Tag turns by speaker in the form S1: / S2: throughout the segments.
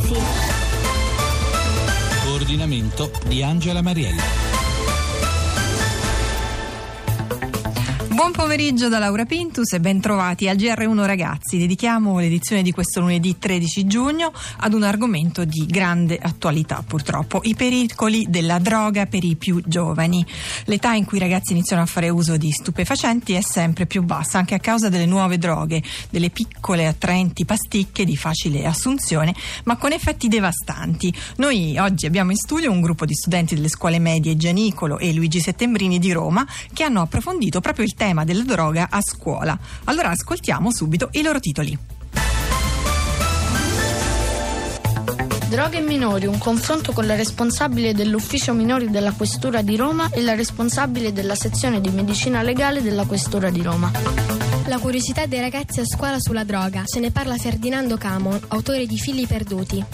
S1: servizi.
S2: Coordinamento di Angela Mariella.
S3: Buon pomeriggio da Laura Pintus e ben trovati al GR1 Ragazzi. Dedichiamo l'edizione di questo lunedì 13 giugno ad un argomento di grande attualità, purtroppo: i pericoli della droga per i più giovani. L'età in cui i ragazzi iniziano a fare uso di stupefacenti è sempre più bassa, anche a causa delle nuove droghe, delle piccole attraenti pasticche di facile assunzione, ma con effetti devastanti. Noi oggi abbiamo in studio un gruppo di studenti delle scuole medie Gianicolo e Luigi Settembrini di Roma che hanno approfondito proprio il tema della droga a scuola. Allora ascoltiamo subito i loro titoli.
S4: Droghe e minori, un confronto con la responsabile dell'ufficio minori della Questura di Roma e la responsabile della sezione di medicina legale della Questura di Roma.
S5: La curiosità dei ragazzi a scuola sulla droga. Ce ne parla Ferdinando Camo, autore di Figli perduti.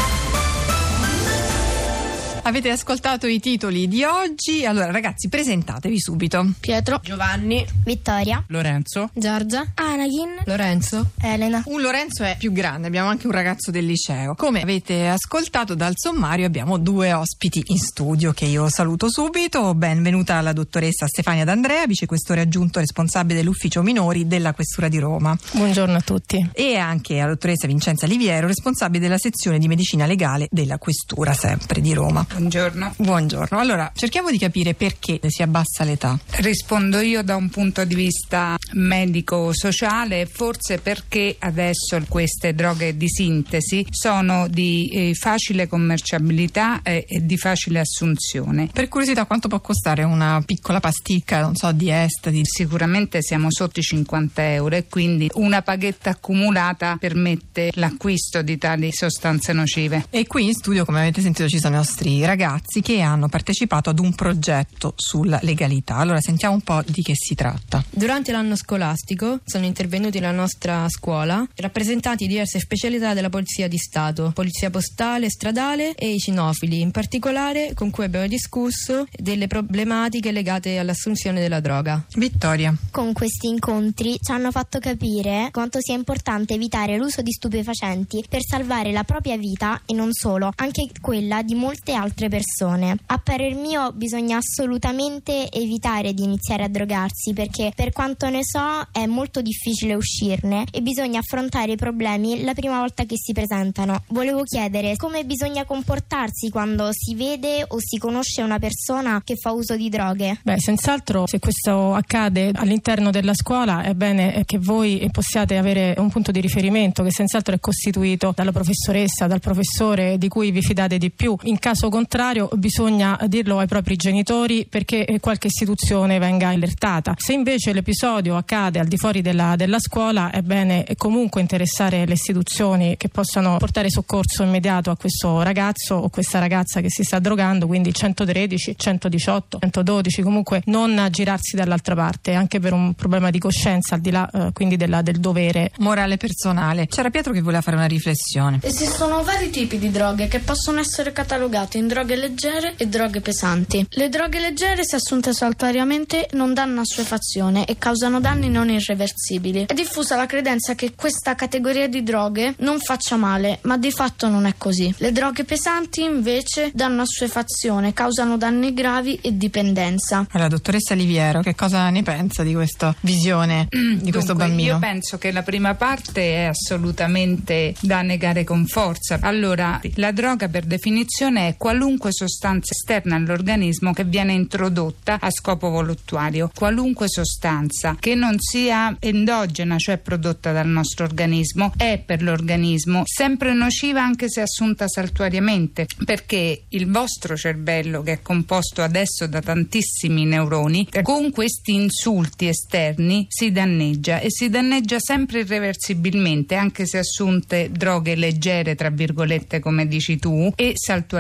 S3: Avete ascoltato i titoli di oggi. Allora ragazzi, presentatevi subito.
S4: Pietro,
S5: Giovanni,
S6: Vittoria,
S7: Lorenzo,
S5: Giorgia,
S6: Anakin,
S5: Lorenzo,
S6: Elena.
S3: Un Lorenzo è più grande, abbiamo anche un ragazzo del liceo. Come avete ascoltato dal sommario, abbiamo due ospiti in studio che io saluto subito. Benvenuta la dottoressa Stefania D'Andrea, vicequestore aggiunto responsabile dell'ufficio minori della Questura di Roma.
S5: buongiorno a tutti.
S3: E anche la dottoressa Vincenza Liviero, responsabile della sezione di medicina legale della Questura, sempre di Roma.
S8: Buongiorno.
S3: Buongiorno. Allora, cerchiamo di capire perché si abbassa l'età.
S8: Rispondo io da un punto di vista medico-sociale, forse perché adesso queste droghe di sintesi sono di facile commerciabilità e di facile assunzione.
S3: Per curiosità, quanto può costare una piccola pasticca, non so, di estasi?
S8: Sicuramente siamo sotto i 50 euro e quindi una paghetta accumulata permette l'acquisto di tali sostanze nocive.
S3: E qui in studio, come avete sentito, ci sono i nostri ragazzi che hanno partecipato ad un progetto sulla legalità. Allora sentiamo un po' di che si tratta.
S9: Durante l'anno scolastico sono intervenuti nella nostra scuola rappresentanti di diverse specialità della Polizia di Stato, Polizia Postale, Stradale e i cinofili, in particolare, con cui abbiamo discusso delle problematiche legate all'assunzione della droga.
S3: Vittoria.
S6: Con questi incontri ci hanno fatto capire quanto sia importante evitare l'uso di stupefacenti per salvare la propria vita e non solo, anche quella di molte altre persone. A parer mio bisogna assolutamente evitare di iniziare a drogarsi, perché per quanto ne so è molto difficile uscirne e bisogna affrontare i problemi la prima volta che si presentano. Volevo chiedere come bisogna comportarsi quando si vede o si conosce una persona che fa uso di droghe.
S5: Beh, senz'altro, se questo accade all'interno della scuola, è bene che voi possiate avere un punto di riferimento che senz'altro è costituito dalla professoressa, dal professore di cui vi fidate di più. In caso contrario bisogna dirlo ai propri genitori perché qualche istituzione venga allertata. Se invece l'episodio accade al di fuori della scuola, è bene comunque interessare le istituzioni che possano portare soccorso immediato a questo ragazzo o questa ragazza che si sta drogando, quindi 113, 118, 112, comunque non girarsi dall'altra parte, anche per un problema di coscienza, al di là quindi del dovere
S3: morale personale. C'era Pietro che voleva fare una riflessione.
S4: Esistono vari tipi di droghe che possono essere catalogate in droghe leggere e droghe pesanti. Le droghe leggere, se assunte saltuariamente, non danno assuefazione e causano danni non irreversibili. È diffusa la credenza che questa categoria di droghe non faccia male, ma di fatto non è così. Le droghe pesanti invece danno assuefazione, causano danni gravi e dipendenza.
S3: Allora, dottoressa Liviero, che cosa ne pensa di questa visione di questo bambino?
S8: Io penso che la prima parte è assolutamente da negare con forza. Allora, la droga per definizione è qualunque sostanza esterna all'organismo che viene introdotta a scopo voluttuario, qualunque sostanza che non sia endogena, cioè prodotta dal nostro organismo, è per l'organismo sempre nociva anche se assunta saltuariamente, perché il vostro cervello, che è composto adesso da tantissimi neuroni, con questi insulti esterni si danneggia e si danneggia sempre irreversibilmente, anche se assunte droghe leggere, tra virgolette, come dici tu, e saltuariamente.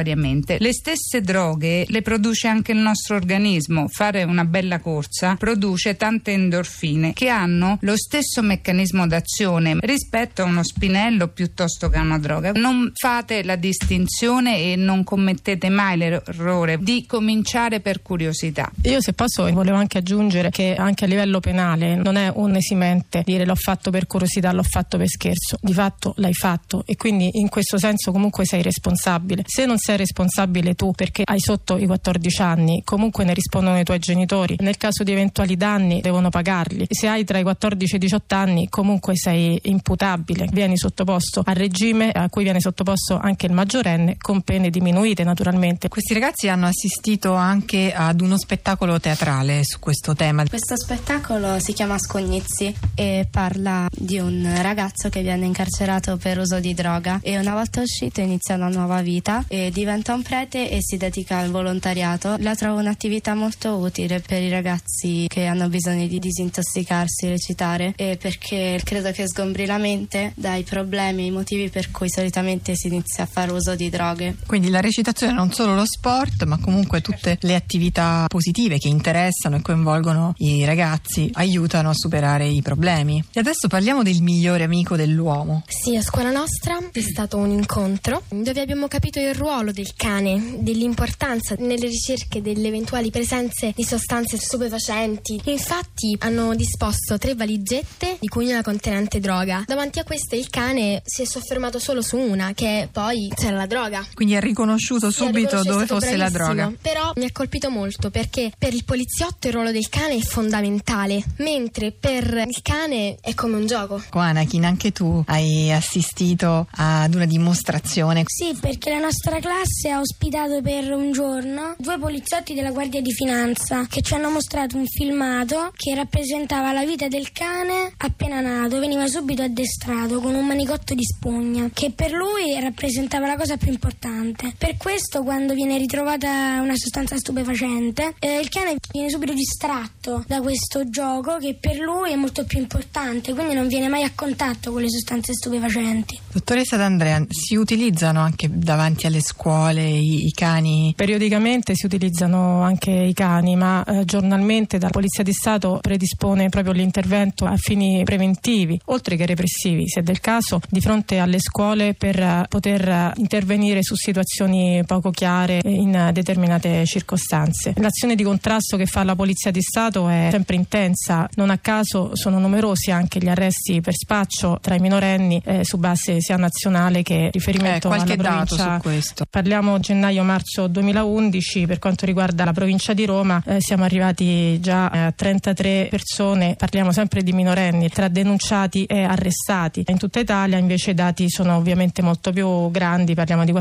S8: sicuramente. Le stesse droghe le produce anche il nostro organismo. Fare una bella corsa produce tante endorfine che hanno lo stesso meccanismo d'azione rispetto a uno spinello piuttosto che a una droga. Non fate la distinzione e non commettete mai l'errore di cominciare per curiosità.
S5: Io, se posso, volevo anche aggiungere che anche a livello penale non è un esimente dire l'ho fatto per curiosità, l'ho fatto per scherzo. Di fatto l'hai fatto e quindi in questo senso comunque sei responsabile. Se non sei responsabile tu perché hai sotto i 14 anni, comunque ne rispondono i tuoi genitori. Nel caso di eventuali danni devono pagarli. Se hai tra i 14 e i 18 anni comunque sei imputabile, vieni sottoposto al regime a cui viene sottoposto anche il maggiorenne, con pene diminuite naturalmente.
S3: Questi ragazzi hanno assistito anche ad uno spettacolo teatrale su questo tema.
S1: Questo spettacolo si chiama Scognizi e parla di un ragazzo che viene incarcerato per uso di droga e una volta uscito inizia una nuova vita e diventa un prete e si dedica al volontariato. La trovo un'attività molto utile per i ragazzi che hanno bisogno di disintossicarsi, recitare, e perché credo che sgombri la mente dai problemi e i motivi per cui solitamente si inizia a fare uso di droghe.
S3: Quindi la recitazione è non solo lo sport, ma comunque tutte le attività positive che interessano e coinvolgono i ragazzi aiutano a superare i problemi. E adesso parliamo del migliore amico dell'uomo.
S7: Sì, a scuola nostra è stato un incontro dove abbiamo capito il ruolo del cane, dell'importanza nelle ricerche delle eventuali presenze di sostanze stupefacenti. Infatti hanno disposto 3 valigette, di cui una contenente droga. Davanti a queste il cane si è soffermato solo su una, che poi c'era la droga.
S3: Quindi ha riconosciuto subito dove fosse la droga.
S7: Però mi ha colpito molto perché per il poliziotto il ruolo del cane è fondamentale, mentre per il cane è come un gioco.
S3: Anakin, anche tu hai assistito ad una dimostrazione.
S10: Sì, perché la nostra classe ha ospitato per un giorno 2 poliziotti della Guardia di Finanza che ci hanno mostrato un filmato che rappresentava la vita del cane appena nato. Veniva subito addestrato con un manicotto di spugna, che per lui rappresentava la cosa più importante. Per questo, quando viene ritrovata una sostanza stupefacente, il cane viene subito distratto da questo gioco che per lui è molto più importante, quindi non viene mai a contatto con le sostanze stupefacenti.
S3: Dottoressa D'Andrea, si utilizzano anche davanti alle scuole i cani?
S5: Periodicamente si utilizzano anche i cani, ma giornalmente la Polizia di Stato predispone proprio l'intervento a fini preventivi, oltre che repressivi, se del caso, di fronte alle scuole per poter intervenire su situazioni poco chiare in determinate circostanze. L'azione di contrasto che fa la Polizia di Stato è sempre intensa, non a caso sono numerosi anche gli arresti per spaccio tra i minorenni su base sia nazionale che riferimento alla provincia.
S3: Qualche dato su questo?
S5: Parliamo gennaio-marzo 2011, per quanto riguarda la provincia di Roma siamo arrivati già a 33 persone, parliamo sempre di minorenni, tra denunciati e arrestati. In tutta Italia invece i dati sono ovviamente molto più grandi, parliamo di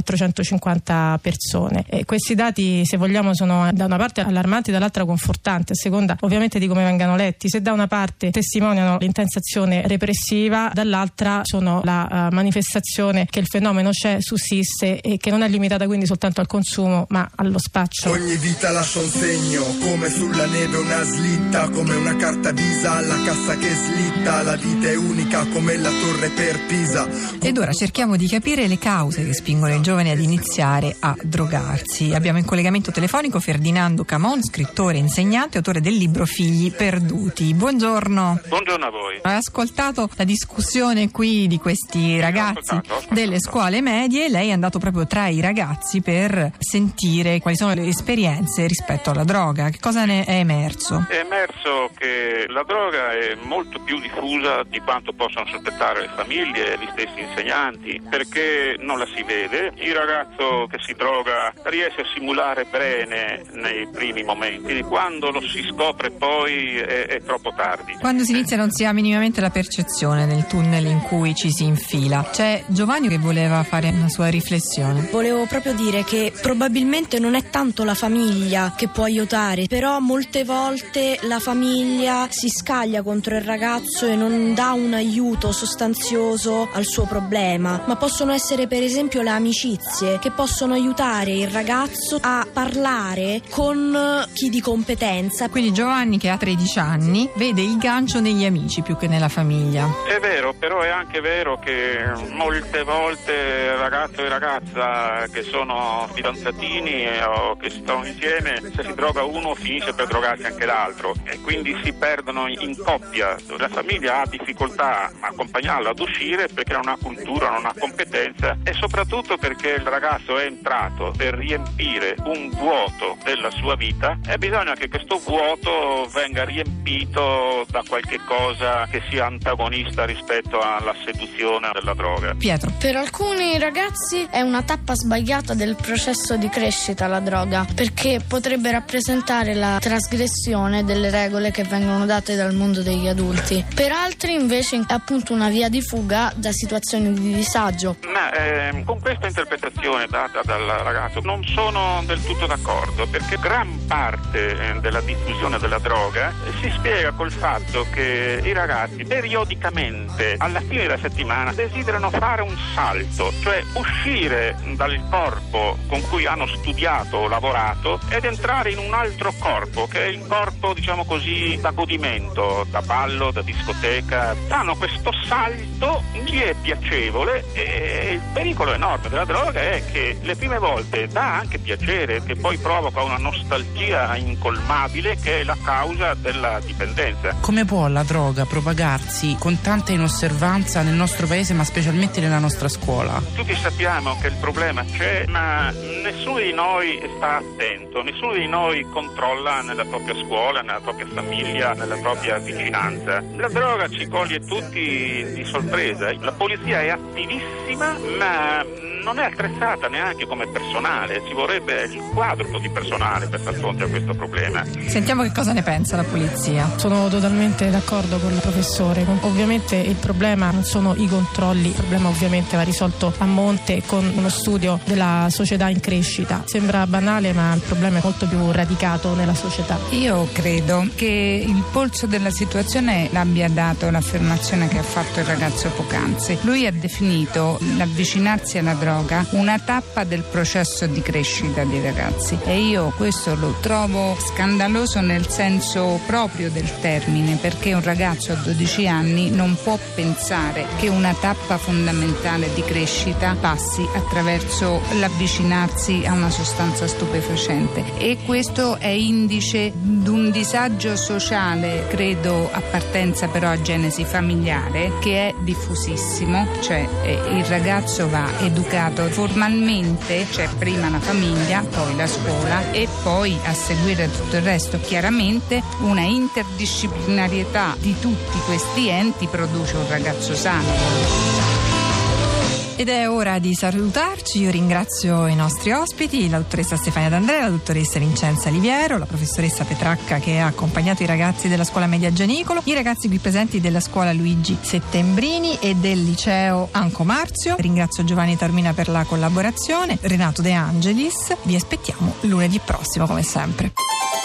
S5: 450 persone. E questi dati, se vogliamo, sono da una parte allarmanti, dall'altra confortanti, a seconda ovviamente di come vengano letti. Se da una parte testimoniano l'intensa azione repressiva, dall'altra sono la manifestazione che il fenomeno c'è, sussiste e che non è limitata quindi soltanto al consumo ma allo spaccio.
S11: Ogni vita lascia un segno, come sulla neve una slitta, come una carta Visa alla cassa che slitta. La vita è unica come la torre per Pisa.
S3: Ed ora cerchiamo di capire le cause che spingono i giovani ad iniziare a drogarsi. Abbiamo in collegamento telefonico Ferdinando Camon, scrittore, insegnante, autore del libro Figli perduti. Buongiorno.
S12: Buongiorno a voi.
S3: Hai ascoltato la discussione qui di questi ragazzi delle scuole medie. Lei è andato proprio tra i ragazzi per sentire quali sono le esperienze rispetto alla droga. Che cosa ne è emerso?
S12: È emerso che la droga è molto più diffusa di quanto possano sospettare le famiglie e gli stessi insegnanti, perché non la si vede. Il ragazzo che si droga riesce a simulare bene nei primi momenti, quando lo si scopre poi è troppo tardi.
S3: Quando si inizia non si ha minimamente la percezione nel tunnel in cui ci si infila. C'è Giovanni che voleva fare una sua riflessione.
S13: Volevo proprio dire che probabilmente non è tanto la famiglia che può aiutare, però molte volte la famiglia si scaglia contro il ragazzo e non dà un aiuto sostanzioso al suo problema, ma possono essere per esempio le amicizie che possono aiutare il ragazzo a parlare con chi di competenza.
S3: Quindi Giovanni, che ha 13 anni, vede il gancio negli amici più che nella famiglia.
S12: È vero, però è anche vero che molte volte il ragazzo e ragazza che sono sono fidanzatini o che si trovano insieme, se si droga uno finisce per drogarsi anche l'altro e quindi si perdono in coppia. La famiglia ha difficoltà a accompagnarlo ad uscire perché non ha cultura, non ha competenza e soprattutto perché il ragazzo è entrato per riempire un vuoto della sua vita e bisogna che questo vuoto venga riempito da qualche cosa che sia antagonista rispetto alla seduzione della droga.
S3: Pietro.
S4: Per alcuni ragazzi è una tappa sbagliata del processo di crescita la droga, perché potrebbe rappresentare la trasgressione delle regole che vengono date dal mondo degli adulti. Per altri invece è appunto una via di fuga da situazioni di disagio.
S12: Ma con questa interpretazione data dal ragazzo non sono del tutto d'accordo, perché gran parte della diffusione della droga si spiega col fatto che i ragazzi periodicamente alla fine della settimana desiderano fare un salto, cioè uscire dal corpo con cui hanno studiato o lavorato ed entrare in un altro corpo, che è il corpo, diciamo così, da godimento, da ballo, da discoteca. Hanno questo salto, gli è piacevole e il pericolo enorme della droga è che le prime volte dà anche piacere, che poi provoca una nostalgia incolmabile che è la causa della dipendenza.
S14: Come può la droga propagarsi con tanta inosservanza nel nostro paese, ma specialmente nella nostra scuola?
S12: Tutti sappiamo che il problema c'è, ma nessuno di noi sta attento, nessuno di noi controlla nella propria scuola, nella propria famiglia, nella propria vicinanza. La droga ci coglie tutti di sorpresa. La polizia è attivissima, ma non è attrezzata neanche come personale. Ci vorrebbe il quadruplo di personale per far fronte a questo problema.
S3: Sentiamo che cosa ne pensa la polizia.
S5: Sono totalmente d'accordo con il professore. Ovviamente il problema non sono i controlli, il problema ovviamente va risolto a monte con uno studio della società in crescita. Sembra banale, ma il problema è molto più radicato nella società.
S8: Io credo che il polso della situazione l'abbia dato l'affermazione che ha fatto il ragazzo poc'anzi. Lui ha definito l'avvicinarsi alla droga una tappa del processo di crescita dei ragazzi e io questo lo trovo scandaloso nel senso proprio del termine, perché un ragazzo a 12 anni non può pensare che una tappa fondamentale di crescita passi attraverso l'avvicinarsi a una sostanza stupefacente, e questo è indice di un disagio sociale, credo a partenza però a genesi familiare, che è diffusissimo, cioè il ragazzo va educato formalmente, cioè prima la famiglia, poi la scuola e poi a seguire tutto il resto. Chiaramente una interdisciplinarietà di tutti questi enti produce un ragazzo sano.
S3: Ed è ora di salutarci. Io ringrazio i nostri ospiti, la dottoressa Stefania D'Andrea, la dottoressa Vincenza Liviero, la professoressa Petracca che ha accompagnato i ragazzi della scuola media Gianicolo, i ragazzi qui presenti della scuola Luigi Settembrini e del liceo Anco Marzio. Ringrazio Giovanni Taormina per la collaborazione, Renato De Angelis. Vi aspettiamo lunedì prossimo come sempre.